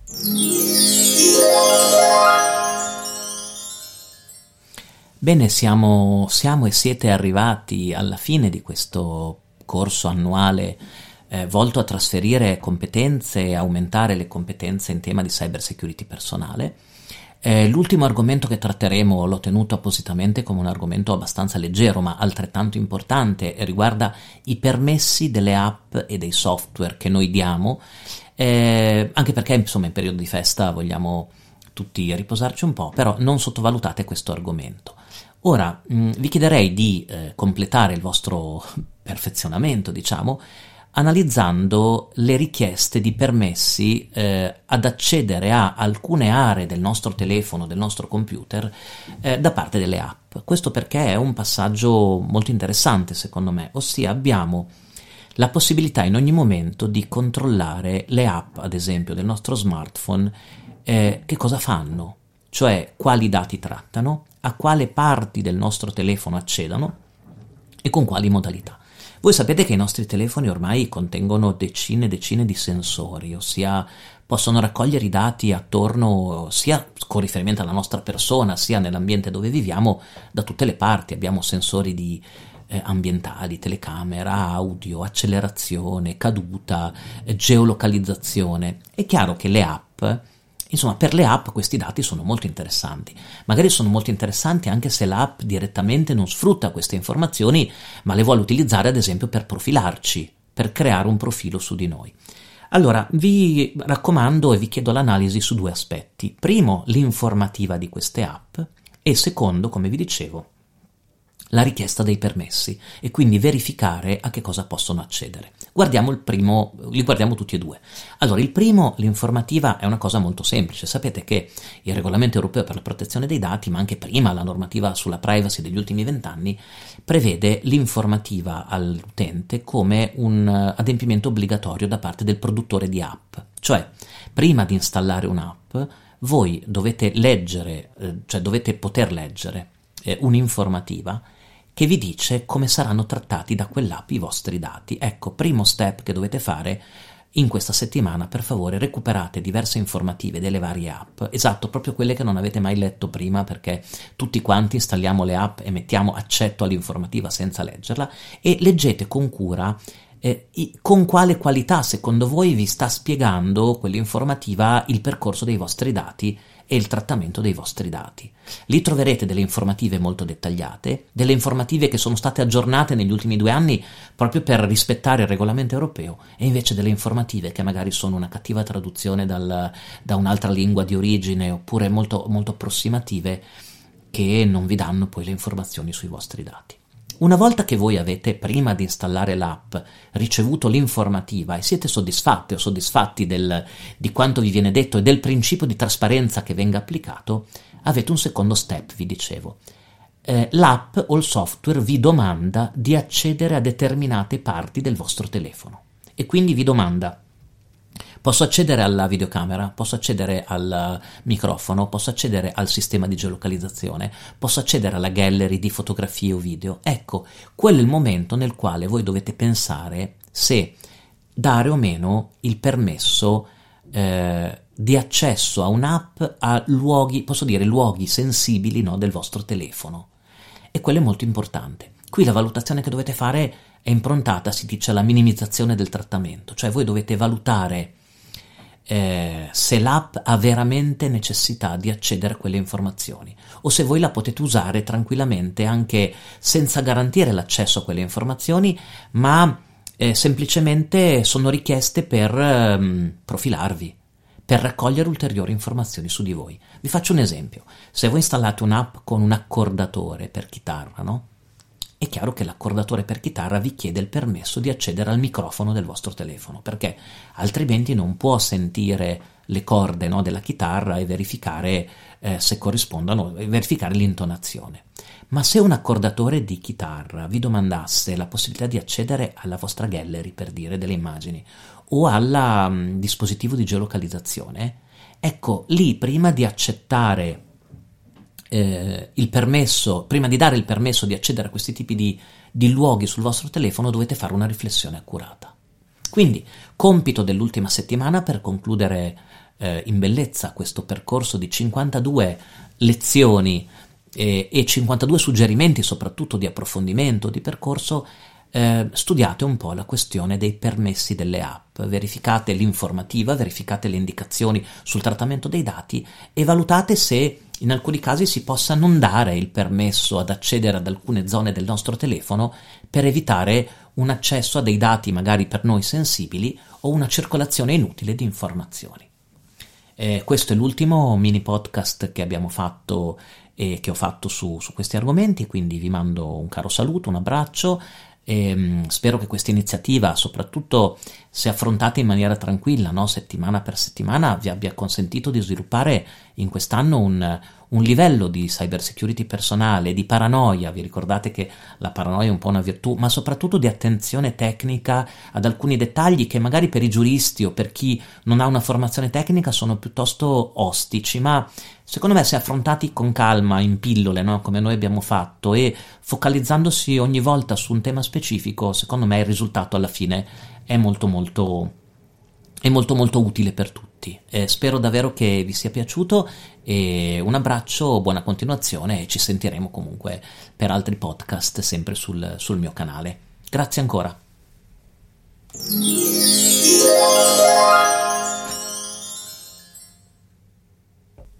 Bene, siamo e siete arrivati alla fine di questo corso annuale volto a trasferire competenze e aumentare le competenze in tema di cyber security personale. L'ultimo argomento che tratteremo l'ho tenuto appositamente come un argomento abbastanza leggero ma altrettanto importante, e riguarda i permessi delle app e dei software che noi diamo, anche perché insomma in periodo di festa vogliamo tutti riposarci un po', però non sottovalutate questo argomento. Ora vi chiederei di completare il vostro perfezionamento, diciamo, analizzando le richieste di permessi ad accedere a alcune aree del nostro telefono, del nostro computer, da parte delle app. Questo perché è un passaggio molto interessante secondo me, ossia abbiamo la possibilità in ogni momento di controllare le app, ad esempio, del nostro smartphone, che cosa fanno, cioè quali dati trattano, a quale parti del nostro telefono accedono e con quali modalità. Voi sapete che i nostri telefoni ormai contengono decine e decine di sensori, ossia possono raccogliere i dati attorno, sia con riferimento alla nostra persona, sia nell'ambiente dove viviamo, da tutte le parti. Abbiamo sensori ambientali, telecamera, audio, accelerazione, caduta, geolocalizzazione. È chiaro che le app, insomma, per le app questi dati sono molto interessanti. Magari sono molto interessanti anche se l'app direttamente non sfrutta queste informazioni, ma le vuole utilizzare ad esempio per profilarci, per creare un profilo su di noi. Allora, vi raccomando e vi chiedo l'analisi su due aspetti. Primo, l'informativa di queste app, e secondo, come vi dicevo, la richiesta dei permessi, e quindi verificare a che cosa possono accedere. Guardiamo il primo, li guardiamo tutti e due. Allora, il primo, l'informativa, è una cosa molto semplice. Sapete che il regolamento europeo per la protezione dei dati, ma anche prima la normativa sulla privacy degli ultimi 20 anni, prevede l'informativa all'utente come un adempimento obbligatorio da parte del produttore di app. Cioè, prima di installare un'app, voi dovete leggere, cioè dovete poter leggere un'informativa che vi dice come saranno trattati da quell'app i vostri dati. Ecco, primo step che dovete fare in questa settimana: per favore recuperate diverse informative delle varie app, esatto, proprio quelle che non avete mai letto prima, perché tutti quanti installiamo le app e mettiamo accetto all'informativa senza leggerla, e leggete con cura con quale qualità secondo voi vi sta spiegando quell'informativa il percorso dei vostri dati e il trattamento dei vostri dati. Lì troverete delle informative molto dettagliate, delle informative che sono state aggiornate negli ultimi 2 anni proprio per rispettare il regolamento europeo, e invece delle informative che magari sono una cattiva traduzione da un'altra lingua di origine, oppure molto, molto approssimative, che non vi danno poi le informazioni sui vostri dati. Una volta che voi avete, prima di installare l'app, ricevuto l'informativa e siete soddisfatti o soddisfatti di quanto vi viene detto e del principio di trasparenza che venga applicato, avete un secondo step, vi dicevo. L'app o il software vi domanda di accedere a determinate parti del vostro telefono, e quindi vi domanda: posso accedere alla videocamera, posso accedere al microfono, posso accedere al sistema di geolocalizzazione, posso accedere alla gallery di fotografie o video. Ecco, quello è il momento nel quale voi dovete pensare se dare o meno il permesso di accesso a un'app a luoghi, posso dire, luoghi sensibili, no, del vostro telefono. E quello è molto importante. Qui la valutazione che dovete fare è improntata, si dice, alla minimizzazione del trattamento, cioè voi dovete valutare se l'app ha veramente necessità di accedere a quelle informazioni, o se voi la potete usare tranquillamente anche senza garantire l'accesso a quelle informazioni, ma semplicemente sono richieste per profilarvi, per raccogliere ulteriori informazioni su di voi. Vi faccio un esempio: se voi installate un'app con un accordatore per chitarra, no? È chiaro che l'accordatore per chitarra vi chiede il permesso di accedere al microfono del vostro telefono, perché altrimenti non può sentire le corde, no, della chitarra e verificare se corrispondono, verificare l'intonazione. Ma se un accordatore di chitarra vi domandasse la possibilità di accedere alla vostra gallery, per dire, delle immagini, o al dispositivo di geolocalizzazione, ecco, lì prima di accettare il permesso, prima di dare il permesso di accedere a questi tipi di luoghi sul vostro telefono, dovete fare una riflessione accurata. Quindi, compito dell'ultima settimana per concludere in bellezza questo percorso di 52 lezioni e 52 suggerimenti soprattutto di approfondimento, di percorso, studiate un po' la questione dei permessi delle app, verificate l'informativa, verificate le indicazioni sul trattamento dei dati e valutate se in alcuni casi si possa non dare il permesso ad accedere ad alcune zone del nostro telefono per evitare un accesso a dei dati magari per noi sensibili o una circolazione inutile di informazioni. Questo è l'ultimo mini podcast che abbiamo fatto e che ho fatto su questi argomenti, quindi vi mando un caro saluto, un abbraccio. E spero che questa iniziativa, soprattutto se affrontata in maniera tranquilla, no? Settimana per settimana, vi abbia consentito di sviluppare in quest'anno un livello di cyber security personale, di paranoia. Vi ricordate che la paranoia è un po' una virtù, ma soprattutto di attenzione tecnica ad alcuni dettagli che magari per i giuristi o per chi non ha una formazione tecnica sono piuttosto ostici, ma secondo me se affrontati con calma, in pillole, no? Come noi abbiamo fatto, e focalizzandosi ogni volta su un tema specifico, secondo me il risultato alla fine è molto utile per tutti. Spero davvero che vi sia piaciuto e un abbraccio, buona continuazione e ci sentiremo comunque per altri podcast sempre sul mio canale. Grazie ancora.